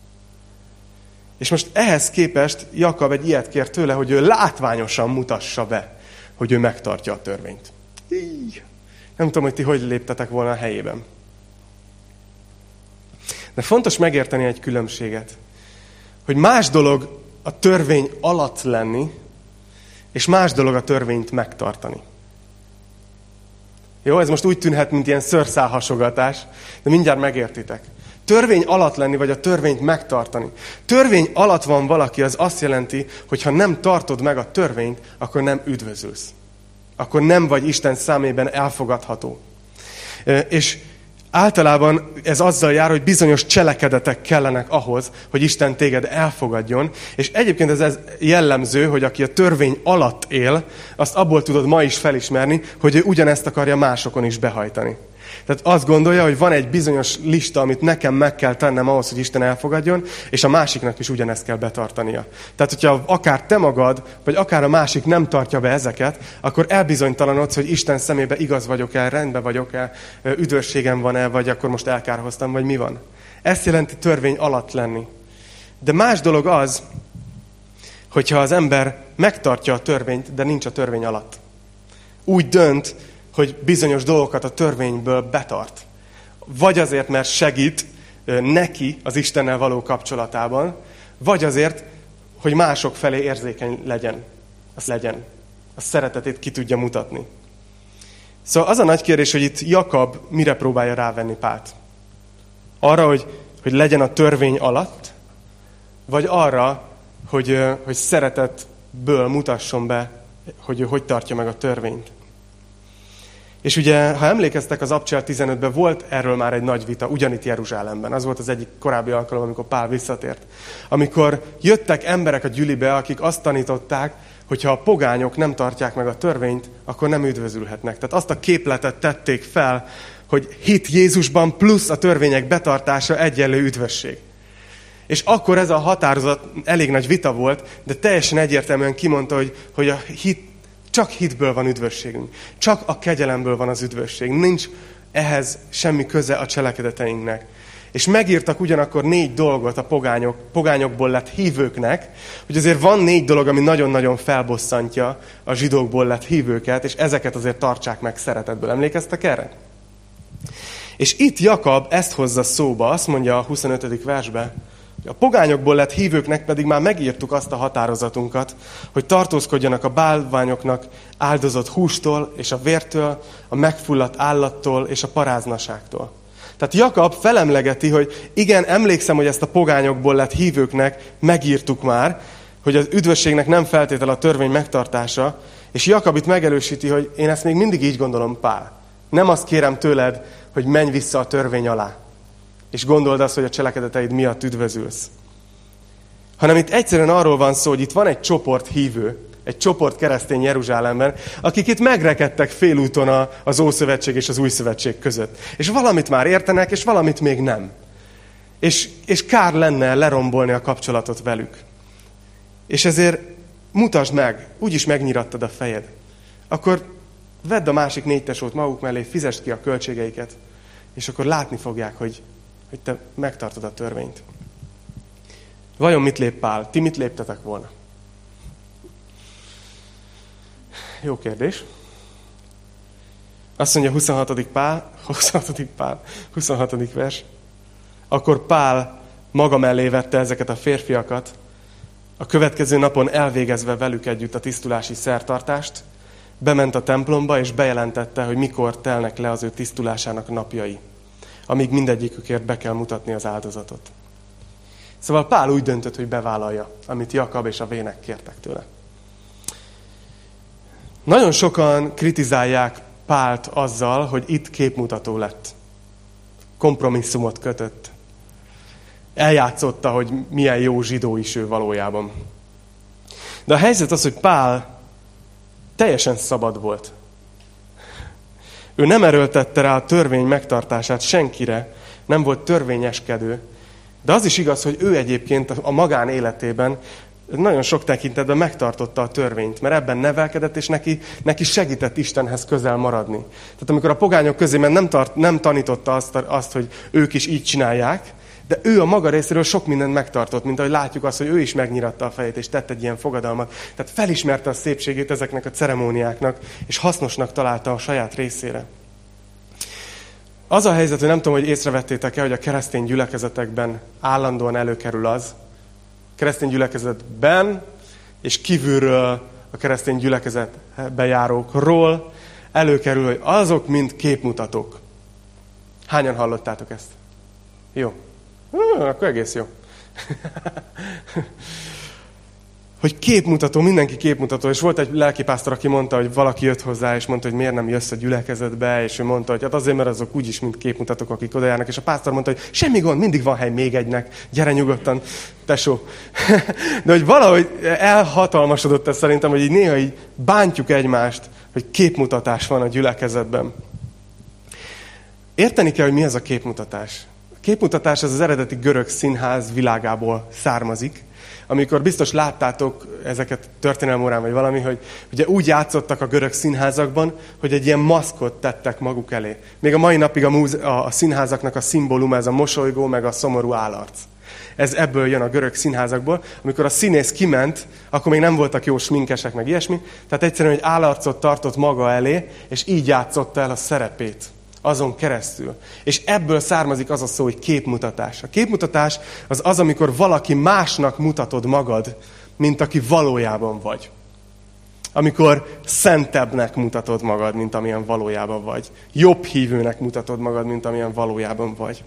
És most ehhez képest Jakab egy ilyet kér tőle, hogy ő látványosan mutassa be, hogy ő megtartja a törvényt. Így. Nem tudom, hogy ti hogy léptetek volna a helyében. De fontos megérteni egy különbséget, hogy más dolog a törvény alatt lenni, és más dolog a törvényt megtartani. Jó, ez most úgy tűnhet, mint ilyen szőrszálhasogatás, de mindjárt megértitek. Törvény alatt lenni, vagy a törvényt megtartani. Törvény alatt van valaki, az azt jelenti, hogy ha nem tartod meg a törvényt, akkor nem üdvözülsz. Akkor nem vagy Isten számében elfogadható. És általában ez azzal jár, hogy bizonyos cselekedetek kellenek ahhoz, hogy Isten téged elfogadjon. És egyébként ez, ez jellemző, hogy aki a törvény alatt él, azt abból tudod ma is felismerni, hogy ő ugyanezt akarja másokon is behajtani. Tehát azt gondolja, hogy van egy bizonyos lista, amit nekem meg kell tennem ahhoz, hogy Isten elfogadjon, és a másiknak is ugyanezt kell betartania. Tehát, hogyha akár te magad, vagy akár a másik nem tartja be ezeket, akkor elbizonytalanodsz, hogy Isten szemébe igaz vagyok-e, rendben vagyok-e, üdvösségem van-e, vagy akkor most elkárhoztam, vagy mi van. Ezt jelenti törvény alatt lenni. De más dolog az, hogyha az ember megtartja a törvényt, de nincs a törvény alatt. Úgy dönt, hogy bizonyos dolgokat a törvényből betart. Vagy azért, mert segít neki az Istennel való kapcsolatában, vagy azért, hogy mások felé érzékeny legyen. Az legyen. A szeretetét ki tudja mutatni. Szóval az a nagy kérdés, hogy itt Jakab mire próbálja rávenni Pált? Arra, hogy, hogy legyen a törvény alatt, vagy arra, hogy, hogy szeretetből mutasson be, hogy ő hogy tartja meg a törvényt. És ugye, ha emlékeztek, az Abcsel tizenötben volt erről már egy nagy vita, ugyanitt Jeruzsálemben. Az volt az egyik korábbi alkalom, amikor Pál visszatért. Amikor jöttek emberek a gyülibe, akik azt tanították, hogy ha a pogányok nem tartják meg a törvényt, akkor nem üdvözülhetnek. Tehát azt a képletet tették fel, hogy hit Jézusban plusz a törvények betartása egyenlő üdvösség. És akkor ez a határozat elég nagy vita volt, de teljesen egyértelműen kimondta, hogy, hogy a hit csak hitből van üdvösségünk. Csak a kegyelemből van az üdvösség. Nincs ehhez semmi köze a cselekedeteinknek. És megírtak ugyanakkor négy dolgot a pogányok, pogányokból lett hívőknek, hogy azért van négy dolog, ami nagyon-nagyon felbosszantja a zsidókból lett hívőket, és ezeket azért tartsák meg szeretetből. Emlékeztek erre? És itt Jakab ezt hozza szóba, azt mondja a huszonötödik versben, a pogányokból lett hívőknek pedig már megírtuk azt a határozatunkat, hogy tartózkodjanak a bálványoknak áldozott hústól és a vértől, a megfulladt állattól és a paráznaságtól. Tehát Jakab felemlegeti, hogy igen, emlékszem, hogy ezt a pogányokból lett hívőknek megírtuk már, hogy az üdvösségnek nem feltétel a törvény megtartása, és Jakab itt megerősíti, hogy én ezt még mindig így gondolom, Pál. Nem azt kérem tőled, hogy menj vissza a törvény alá, és gondold azt, hogy a cselekedeteid miatt üdvözülsz. Hanem itt egyszerűen arról van szó, hogy itt van egy csoport hívő, egy csoport keresztény Jeruzsálemben, akik itt megrekedtek félúton az Ószövetség és az Új Szövetség között. És valamit már értenek, és valamit még nem. És, és kár lenne lerombolni a kapcsolatot velük. És ezért mutasd meg, úgyis megnyirattad a fejed. Akkor vedd a másik négy tesót maguk mellé, fizesd ki a költségeiket, és akkor látni fogják, hogy, hogy te megtartod a törvényt. Vajon mit lép Pál? Ti mit léptetek volna? Jó kérdés. Azt mondja huszonhatodik Pál, huszonhatodik Pál, huszonhatodik vers. Akkor Pál maga mellé vette ezeket a férfiakat, a következő napon elvégezve velük együtt a tisztulási szertartást, bement a templomba, és bejelentette, hogy mikor telnek le az ő tisztulásának napjai, amíg mindegyikükért be kell mutatni az áldozatot. Szóval Pál úgy döntött, hogy bevállalja, amit Jakab és a vének kértek tőle. Nagyon sokan kritizálják Pált azzal, hogy itt képmutató lett. Kompromisszumot kötött. Eljátszotta, hogy milyen jó zsidó is ő valójában. De a helyzet az, hogy Pál teljesen szabad volt. Ő nem erőltette rá a törvény megtartását senkire, nem volt törvényeskedő, de az is igaz, hogy ő egyébként a magán életében nagyon sok tekintetben megtartotta a törvényt, mert ebben nevelkedett, és neki, neki segített Istenhez közel maradni. Tehát amikor a pogányok közében nem, tart, nem tanította azt, azt, hogy ők is így csinálják, de ő a maga részéről sok mindent megtartott, mint ahogy látjuk azt, hogy ő is megnyiratta a fejét, és tett egy ilyen fogadalmat. Tehát felismerte a szépségét ezeknek a ceremóniáknak, és hasznosnak találta a saját részére. Az a helyzet, hogy nem tudom, hogy észrevettétek-e, hogy a keresztény gyülekezetekben állandóan előkerül az, keresztény gyülekezetben és kívülről a keresztény gyülekezetbe járókról előkerül, hogy azok mind képmutatók. Hányan hallottátok ezt? Jó. Hú, akkor egész jó. Hogy képmutató, mindenki képmutató, és volt egy lelkipásztor, aki mondta, hogy valaki jött hozzá, és mondta, hogy miért nem jössz a gyülekezetbe, és ő mondta, hogy hát azért, mert azok úgyis mind képmutatók, akik oda járnak, és a pásztor mondta, hogy semmi gond, mindig van hely még egynek, gyere nyugodtan, tesó. De hogy valahogy elhatalmasodott ez szerintem, hogy így néha így bántjuk egymást, hogy képmutatás van a gyülekezetben. Érteni kell, hogy mi az a képmutatás. A képmutatás az az eredeti görög színház világából származik, amikor biztos láttátok ezeket történelmi órán, vagy valami, hogy ugye úgy játszottak a görög színházakban, hogy egy ilyen maszkot tettek maguk elé. Még a mai napig a, múze- a, a színházaknak a szimbóluma, ez a mosolygó, meg a szomorú állarc. Ez ebből jön a görög színházakból. Amikor a színész kiment, akkor még nem voltak jó sminkesek, meg ilyesmi, tehát egyszerűen egy állarcot tartott maga elé, és így játszotta el a szerepét. Azon keresztül. És ebből származik az a szó, hogy képmutatás. A képmutatás az az, amikor valaki másnak mutatod magad, mint aki valójában vagy. Amikor szentebbnek mutatod magad, mint amilyen valójában vagy. Jobb hívőnek mutatod magad, mint amilyen valójában vagy.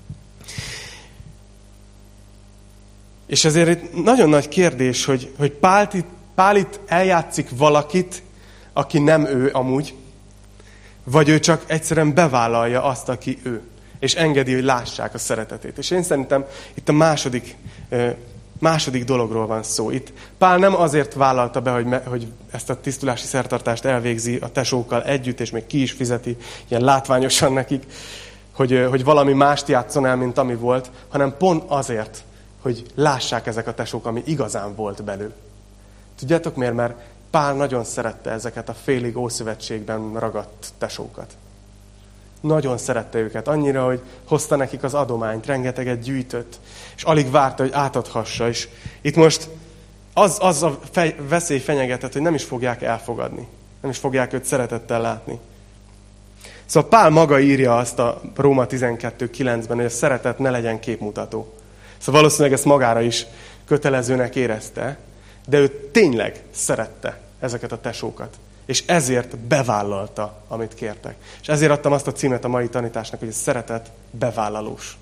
És ezért itt nagyon nagy kérdés, hogy, hogy Pál, Pál itt eljátszik valakit, aki nem ő amúgy, vagy ő csak egyszerűen bevállalja azt, aki ő, és engedi, hogy lássák a szeretetét. És én szerintem itt a második, második dologról van szó. Itt Pál nem azért vállalta be, hogy, me, hogy ezt a tisztulási szertartást elvégzi a tesókkal együtt, és még ki is fizeti ilyen látványosan nekik, hogy, hogy valami mást játszon el, mint ami volt, hanem pont azért, hogy lássák ezek a tesók, ami igazán volt belül. Tudjátok miért? Mert Pál nagyon szerette ezeket a félig Ószövetségben ragadt tesókat. Nagyon szerette őket, annyira, hogy hozta nekik az adományt, rengeteget gyűjtött, és alig várta, hogy átadhassa. És itt most az, az a fej, veszély fenyegetett, hogy nem is fogják elfogadni. Nem is fogják őt szeretettel látni. Szóval Pál maga írja azt a Róma tizenkettő kilencben, hogy a szeretet ne legyen képmutató. Szóval valószínűleg ezt magára is kötelezőnek érezte, de ő tényleg szerette ezeket a tesókat. És ezért bevállalta, amit kértek. És ezért adtam azt a címet a mai tanításnak, hogy a szeretet bevállalós.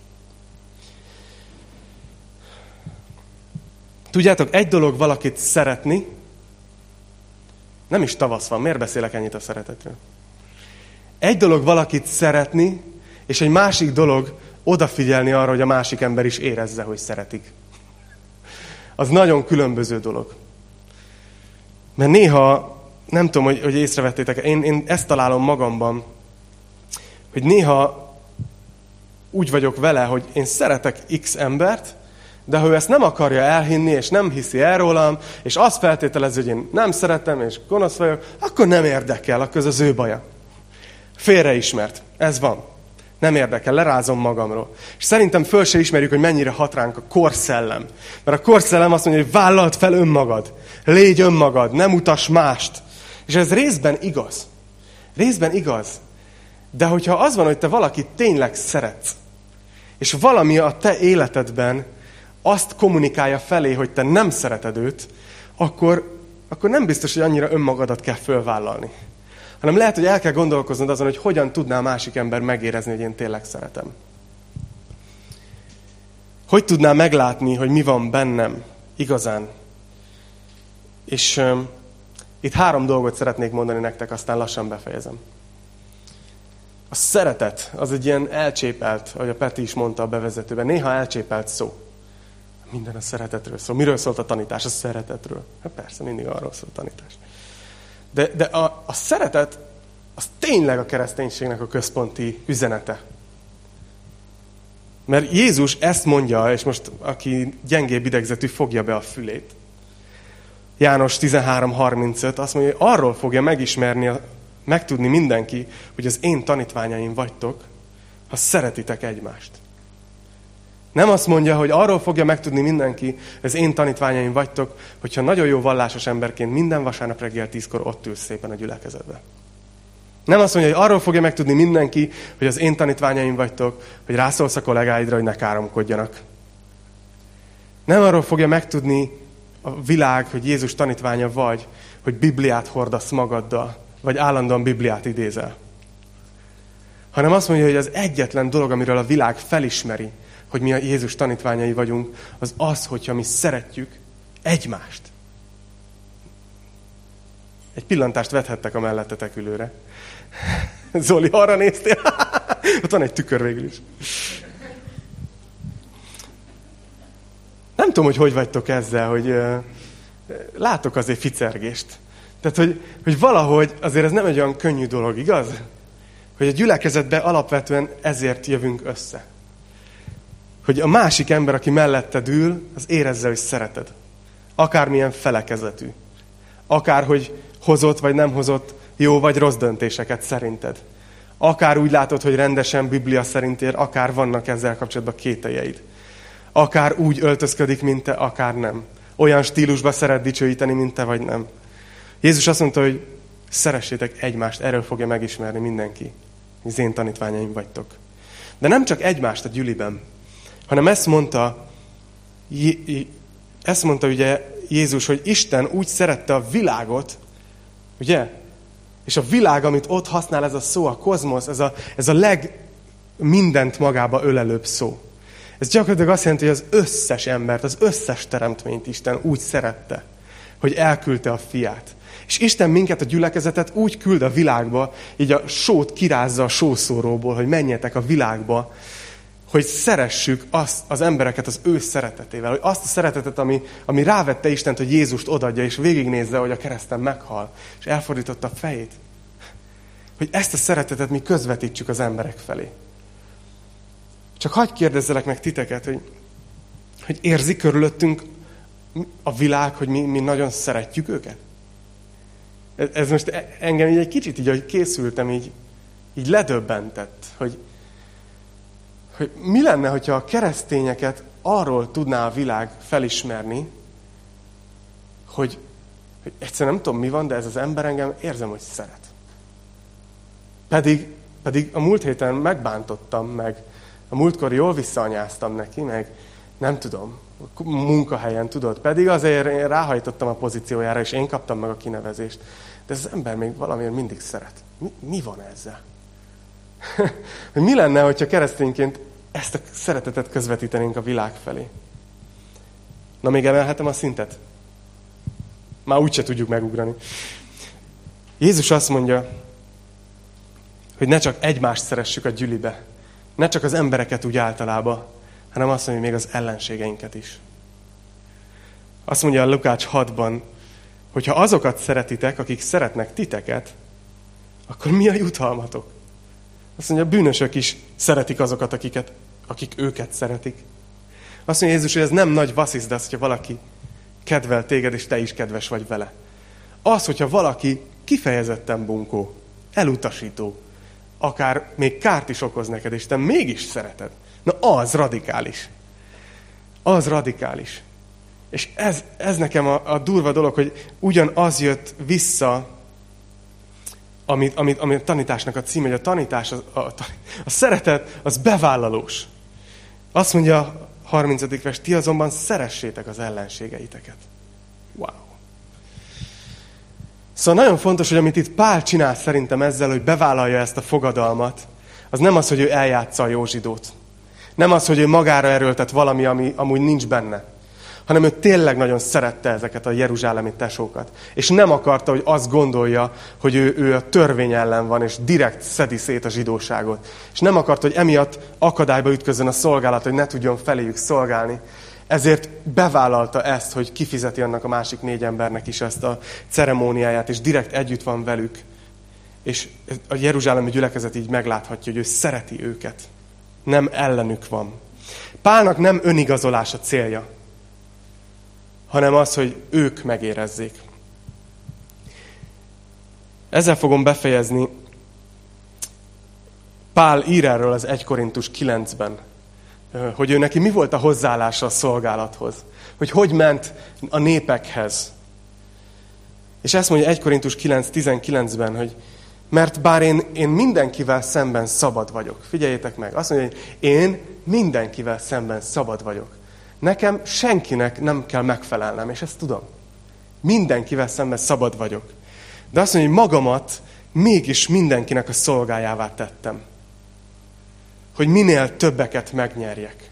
Tudjátok, egy dolog valakit szeretni, nem is tavasz van, miért beszélek ennyit a szeretetről? Egy dolog valakit szeretni, és egy másik dolog odafigyelni arra, hogy a másik ember is érezze, hogy szeretik. Az nagyon különböző dolog. Mert néha, nem tudom, hogy, hogy észrevettétek, én, én ezt találom magamban, hogy néha úgy vagyok vele, hogy én szeretek X embert, de ha ő ezt nem akarja elhinni, és nem hiszi el rólam, és azt feltételezi, hogy én nem szeretem, és gonosz vagyok, akkor nem érdekel, akkor ez az ő baja. Félreismert. Ez van. Nem érdekel, lerázom magamról. És szerintem föl se ismerjük, hogy mennyire hat ránk a korszellem. Mert a korszellem azt mondja, hogy vállald fel önmagad. Légy önmagad, nem utass mást. És ez részben igaz. Részben igaz. De hogyha az van, hogy te valakit tényleg szeretsz, és valami a te életedben azt kommunikálja felé, hogy te nem szereted őt, akkor, akkor nem biztos, hogy annyira önmagadat kell fölvállalni. Hanem lehet, hogy el kell gondolkoznod azon, hogy hogyan tudná a másik ember megérezni, hogy én tényleg szeretem. Hogy tudná meglátni, hogy mi van bennem igazán. És uh, itt három dolgot szeretnék mondani nektek, aztán lassan befejezem. A szeretet, az egy ilyen elcsépelt, ahogy a Peti is mondta a bevezetőben, néha elcsépelt szó. Minden a szeretetről szól. Miről szólt a tanítás? A szeretetről. Hát persze, mindig arról szól a tanítás. De, de a, a szeretet, az tényleg a kereszténységnek a központi üzenete. Mert Jézus ezt mondja, és most aki gyengébb idegzetű, fogja be a fülét. János tizenhárom harmincöt azt mondja, hogy arról fogja megismerni, megtudni mindenki, hogy az én tanítványaim vagytok, ha szeretitek egymást. Nem azt mondja, hogy arról fogja megtudni mindenki, hogy az én tanítványaim vagytok, hogyha nagyon jó vallásos emberként minden vasárnap reggel tízkor ott ülsz szépen a gyülekezetbe. Nem azt mondja, hogy arról fogja megtudni mindenki, hogy az én tanítványaim vagytok, hogy rászólsz a kollégáidra, hogy ne káromkodjanak. Nem arról fogja megtudni a világ, hogy Jézus tanítványa vagy, hogy Bibliát hordasz magaddal, vagy állandóan Bibliát idézel. Hanem azt mondja, hogy az egyetlen dolog, amiről a világ felismeri, hogy mi a Jézus tanítványai vagyunk, az az, hogyha mi szeretjük egymást. Egy pillantást vethettek a mellettetek ülőre. Zoli, arra néztél? Ott van egy tükör végül is. Nem tudom, hogy hogy vagytok ezzel, hogy uh, látok azért ficergést. Tehát, hogy, hogy valahogy azért ez nem egy olyan könnyű dolog, igaz? Hogy a gyülekezetben alapvetően ezért jövünk össze. Hogy a másik ember, aki melletted ül, az érezze, hogy szereted. Akármilyen felekezetű. Akár, hogy hozott vagy nem hozott jó vagy rossz döntéseket szerinted. Akár úgy látod, hogy rendesen Biblia szerint ér, akár vannak ezzel kapcsolatban kételjeid. Akár úgy öltözködik, mint te, akár nem. Olyan stílusba szeret dicsőíteni, mint te, vagy nem. Jézus azt mondta, hogy szeressétek egymást, erről fogja megismerni mindenki. Az én tanítványaim vagytok. De nem csak egymást a gyüliben, hanem ezt mondta, ezt mondta ugye Jézus, hogy Isten úgy szerette a világot, ugye? És a világ, amit ott használ ez a szó, a kozmosz, ez a, ez a leg mindent magába ölelőbb szó. Ez gyakorlatilag azt jelenti, hogy az összes embert, az összes teremtményt Isten úgy szerette, hogy elküldte a fiát. És Isten minket, a gyülekezetet úgy küld a világba, így a sót kirázza a sószóróból, hogy menjetek a világba, hogy szeressük azt, az embereket az ő szeretetével. Hogy azt a szeretetet, ami, ami rávette Istent, hogy Jézust odaadja, és végignézze, hogy a kereszten meghal, és elfordította a fejét. Hogy ezt a szeretetet mi közvetítsük az emberek felé. Csak hadd kérdezzelek meg titeket, hogy, hogy érzi körülöttünk a világ, hogy mi, mi nagyon szeretjük őket? Ez, ez most engem így egy kicsit így, ahogy készültem, így, így ledöbbentett, hogy hogy mi lenne, hogyha a keresztényeket arról tudná a világ felismerni, hogy, hogy egyszerűen nem tudom mi van, de ez az ember engem érzem, hogy szeret. Pedig, pedig a múlt héten megbántottam meg, a múltkor jól visszaanyáztam neki, meg nem tudom, munkahelyen tudod, pedig azért én ráhajtottam a pozíciójára, és én kaptam meg a kinevezést. De ez az ember még valamiért mindig szeret. Mi, mi van ezzel? Mi lenne, hogyha keresztényként ezt a szeretetet közvetítenénk a világ felé? Na, még emelhetem a szintet? Már úgyse tudjuk megugrani. Jézus azt mondja, hogy ne csak egymást szeressük a gyülibe, ne csak az embereket úgy általában, hanem azt mondja, hogy még az ellenségeinket is. Azt mondja a Lukács hatban, hogy ha azokat szeretitek, akik szeretnek titeket, akkor mi a jutalmatok? Azt mondja, a bűnösök is szeretik azokat, akiket, akik őket szeretik. Azt mondja Jézus, hogy ez nem nagy vasszizdasz, hogyha valaki kedvel téged, és te is kedves vagy vele. Az, hogyha valaki kifejezetten bunkó, elutasító, akár még kárt is okoz neked, és te mégis szereted. Na, az radikális. Az radikális. És ez, ez nekem a, a durva dolog, hogy ugyanaz jött vissza amit, amit, amit a tanításnak a címe, hogy a tanítás, a, a, a szeretet, az bevállalós. Azt mondja a harmincadik vers, ti azonban szeressétek az ellenségeiteket. Wow. Szóval nagyon fontos, hogy amit itt Pál csinál szerintem ezzel, hogy bevállalja ezt a fogadalmat, az nem az, hogy ő eljátsza a jó zsidót. Nem az, hogy ő magára erőltet valami, ami amúgy nincs benne. Hanem ő tényleg nagyon szerette ezeket a jeruzsálemi tesókat. És nem akarta, hogy azt gondolja, hogy ő, ő a törvény ellen van, és direkt szedi szét a zsidóságot. És nem akarta, hogy emiatt akadályba ütközön a szolgálat, hogy ne tudjon feléjük szolgálni. Ezért bevállalta ezt, hogy kifizeti annak a másik négy embernek is ezt a ceremóniáját, és direkt együtt van velük. És a jeruzsálemi gyülekezet így megláthatja, hogy ő szereti őket. Nem ellenük van. Pálnak nem önigazolás a célja, hanem az, hogy ők megérezzék. Ezzel fogom befejezni. Pál ír erről az egy Korintus kilencben, hogy ő neki mi volt a hozzáállása a szolgálathoz. Hogy hogy ment a népekhez. És ezt mondja egy Korintus kilenc tizenkilencben, hogy mert bár én, én mindenkivel szemben szabad vagyok. Figyeljétek meg, azt mondja, hogy én mindenkivel szemben szabad vagyok. Nekem senkinek nem kell megfelelnem, és ezt tudom. Mindenkivel szemben szabad vagyok. De azt mondja, hogy magamat mégis mindenkinek a szolgájává tettem. Hogy minél többeket megnyerjek.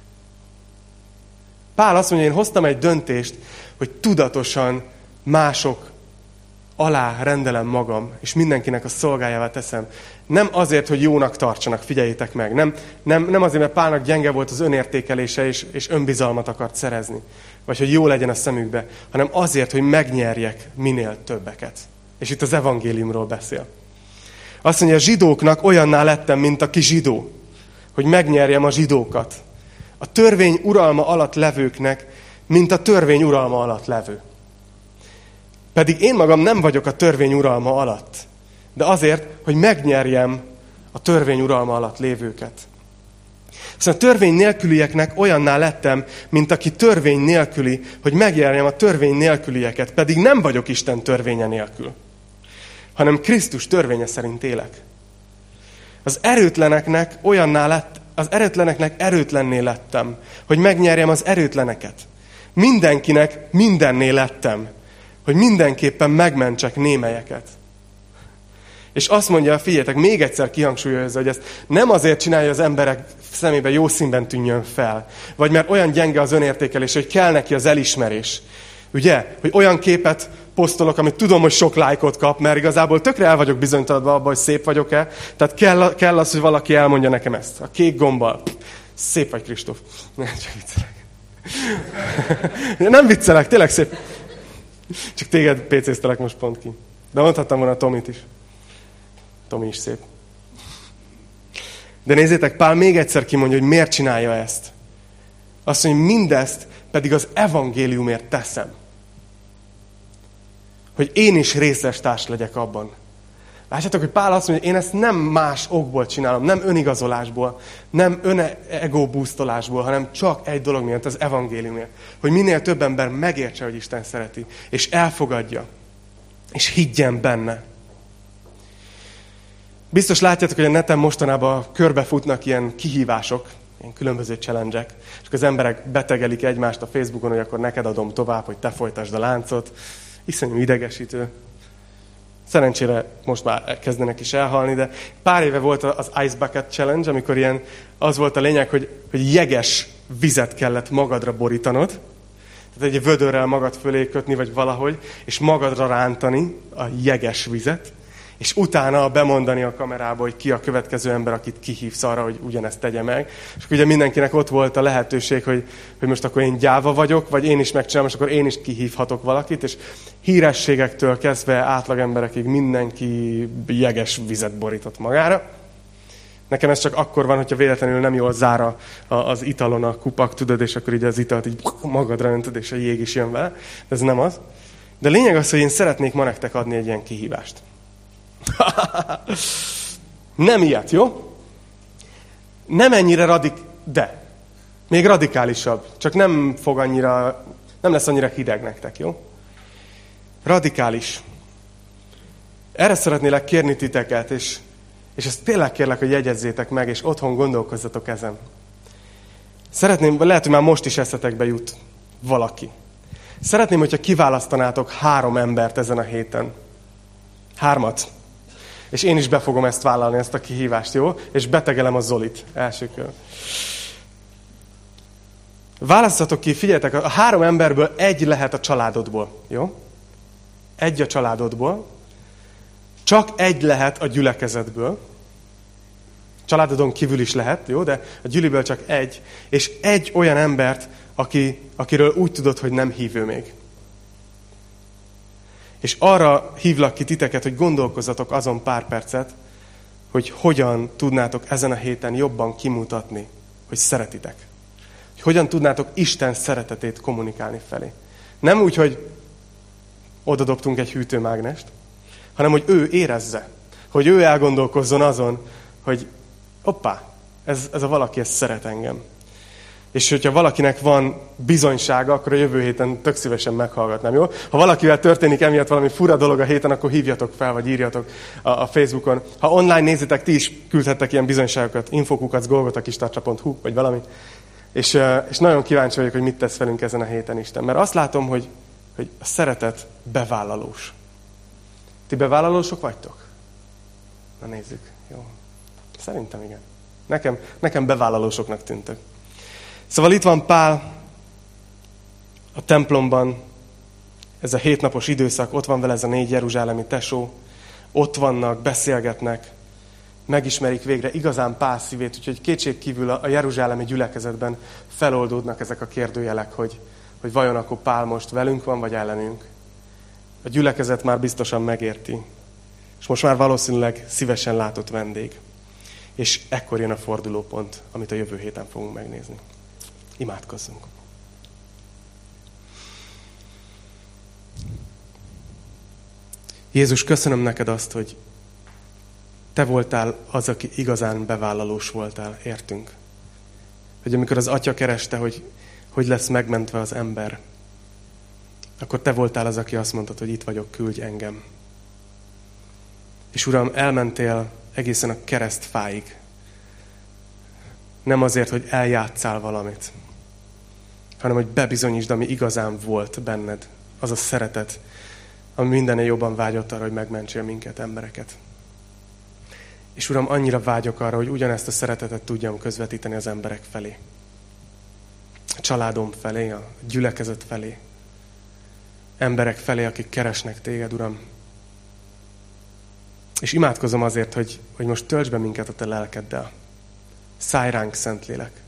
Pál azt mondja, én hoztam egy döntést, hogy tudatosan mások alá rendelem magam, és mindenkinek a szolgájává teszem. Nem azért, hogy jónak tartsanak, figyeljétek meg. Nem, nem, nem azért, mert Pálnak gyenge volt az önértékelése, és, és önbizalmat akart szerezni. Vagy hogy jó legyen a szemükbe. Hanem azért, hogy megnyerjek minél többeket. És itt az evangéliumról beszél. Azt mondja, a zsidóknak olyanná lettem, mint aki zsidó. Hogy megnyerjem a zsidókat. A törvény uralma alatt levőknek, mint a törvény uralma alatt levő. Pedig én magam nem vagyok a törvény uralma alatt. De azért, hogy megnyerjem a törvény uralma alatt lévőket. Szóval a törvény nélkülieknek olyanná lettem, mint aki törvény nélküli, hogy megnyerjem a törvény nélkülieket. Pedig nem vagyok Isten törvénye nélkül, hanem Krisztus törvénye szerint élek. Az erőtleneknek olyanná lett, az erőtleneknek erőtlenné lettem, hogy megnyerjem az erőtleneket. Mindenkinek mindenné lettem, hogy mindenképpen megmentsek némelyeket. És azt mondja, figyeljetek, még egyszer kihangsúlyozza, hogy ezt nem azért csinálja, az emberek szemébe jó színben tűnjön fel, vagy mert olyan gyenge az önértékelés, hogy kell neki az elismerés. Ugye? Hogy olyan képet posztolok, amit tudom, hogy sok lájkot kap, mert igazából tökre el vagyok bizonytalanodva abban, hogy szép vagyok-e. Tehát kell, kell az, hogy valaki elmondja nekem ezt. A kék gombbal. Szép vagy, Kristóf. Nem, csak viccelek. Nem viccelek, tényleg szép. Csak téged pécéztelek most pont ki. De mondhattam volna Tomit is. Tomi is szép. De nézzétek, Pál még egyszer kimondja, hogy miért csinálja ezt. Azt mondja, hogy mindezt pedig az evangéliumért teszem. Hogy én is részes társ legyek abban. Lássátok, hogy Pál azt mondja, hogy én ezt nem más okból csinálom, nem önigazolásból, nem ön-ego-búztolásból, hanem csak egy dolog miatt, az evangéliumért. Hogy minél több ember megértse, hogy Isten szereti, és elfogadja, és higgyen benne. Biztos látjátok, hogy a neten mostanában körbefutnak ilyen kihívások, ilyen különböző challenge-ek, és az emberek betegelik egymást a Facebookon, hogy akkor neked adom tovább, hogy te folytasd a láncot. Iszonyú idegesítő. Szerencsére most már kezdenek is elhalni, de pár éve volt az Ice Bucket Challenge, amikor ilyen, az volt a lényeg, hogy, hogy jeges vizet kellett magadra borítanod, tehát egy vödörrel magad fölé kötni, vagy valahogy, és magadra rántani a jeges vizet, és utána bemondani a kamerába, hogy ki a következő ember, akit kihívsz arra, hogy ugyanezt tegye meg. És ugye mindenkinek ott volt a lehetőség, hogy, hogy most akkor én gyáva vagyok, vagy én is megcsinálom, és akkor én is kihívhatok valakit, és hírességektől kezdve átlagemberekig mindenki jeges vizet borított magára. Nekem ez csak akkor van, hogyha véletlenül nem jól zár a, a, az italon a kupak, tudod, és akkor így az italt így magadra öntöd, és a jég is jön vele. Ez nem az. De lényeg az, hogy én szeretnék ma nektek adni egy ilyen kihívást. Nem ilyet, jó? Nem ennyire radik, de még radikálisabb. Csak nem fog annyira, nem lesz annyira hideg nektek, jó? Radikális. Erre szeretnélek kérni titeket, és, és ezt tényleg kérlek, hogy jegyezzétek meg, és otthon gondolkozzatok ezen. Szeretném, lehet, hogy már most is eszetekbe jut valaki. Szeretném, hogyha kiválasztanátok három embert ezen a héten. Hármat. És én is be fogom ezt vállalni, ezt a kihívást, jó? És betegelem a Zolit elsőkör. Választatok ki, figyeljetek, a három emberből egy lehet a családodból, jó? Egy a családodból. Csak egy lehet a gyülekezetből. Családodon kívül is lehet, jó? De a gyüliből csak egy. És egy olyan embert, aki, akiről úgy tudod, hogy nem hívő még. És arra hívlak ki titeket, hogy gondolkozzatok azon pár percet, hogy hogyan tudnátok ezen a héten jobban kimutatni, hogy szeretitek. Hogy hogyan tudnátok Isten szeretetét kommunikálni felé. Nem úgy, hogy oda dobtunk egy hűtőmágnest, hanem hogy ő érezze, hogy ő elgondolkozzon azon, hogy hoppá, ez, ez a valaki, ez szeret engem. És hogyha valakinek van bizonysága, akkor a jövő héten tök szívesen meghallgatnám, jó? Ha valakivel történik emiatt valami fura dolog a héten, akkor hívjatok fel, vagy írjatok a, a Facebookon. Ha online nézitek, ti is küldhettek ilyen bizonyságokat, infokukat, golgotakistartsa pont hu, vagy valami. És, és nagyon kíváncsi vagyok, hogy mit tesz velünk ezen a héten Isten. Mert azt látom, hogy, hogy a szeretet bevállalós. Ti bevállalósok vagytok? Na nézzük. Jó. Szerintem igen. Nekem, nekem bevállalósoknak tűntök. Szóval itt van Pál a templomban, ez a hétnapos időszak, ott van vele ez a négy jeruzsálemi tesó, ott vannak, beszélgetnek, megismerik végre igazán Pál szívét, úgyhogy kétségkívül a jeruzsálemi gyülekezetben feloldódnak ezek a kérdőjelek, hogy, hogy vajon akkor Pál most velünk van, vagy ellenünk. A gyülekezet már biztosan megérti, és most már valószínűleg szívesen látott vendég. És ekkor jön a fordulópont, amit a jövő héten fogunk megnézni. Imádkozzunk. Jézus, köszönöm neked azt, hogy te voltál az, aki igazán bevállalós voltál, értünk. Hogy amikor az Atya kereste, hogy hogy lesz megmentve az ember, akkor te voltál az, aki azt mondtad, hogy itt vagyok, küldj engem. És Uram, elmentél egészen a keresztfáig. Nem azért, hogy eljátszál valamit, hanem hogy bebizonyítsd, ami igazán volt benned. Az a szeretet, ami mindennél jobban vágyott arra, hogy megmentsél minket, embereket. És Uram, annyira vágyok arra, hogy ugyanezt a szeretetet tudjam közvetíteni az emberek felé. A családom felé, a gyülekezet felé. Emberek felé, akik keresnek téged, Uram. És imádkozom azért, hogy, hogy most töltsd be minket a te lelkeddel. Szállj ránk, Szentlélek.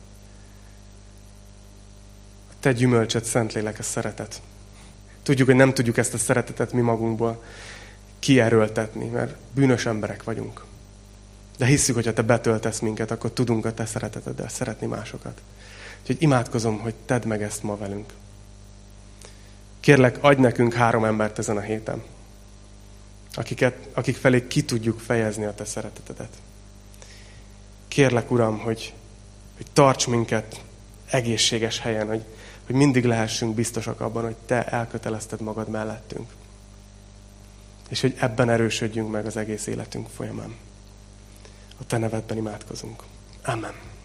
A te gyümölcsöd, Szentlélek, a szeretet. Tudjuk, hogy nem tudjuk ezt a szeretetet mi magunkból kierőltetni, mert bűnös emberek vagyunk. De hisszük, hogy ha te betöltesz minket, akkor tudunk a te szereteteddel szeretni másokat. Úgyhogy imádkozom, hogy tedd meg ezt ma velünk. Kérlek, adj nekünk három embert ezen a héten, akiket, akik felé ki tudjuk fejezni a te szeretetedet. Kérlek, Uram, hogy, hogy tarts minket egészséges helyen, hogy, hogy mindig lehessünk biztosak abban, hogy te elkötelezted magad mellettünk. És hogy ebben erősödjünk meg az egész életünk folyamán. A te nevedben imádkozunk. Amen.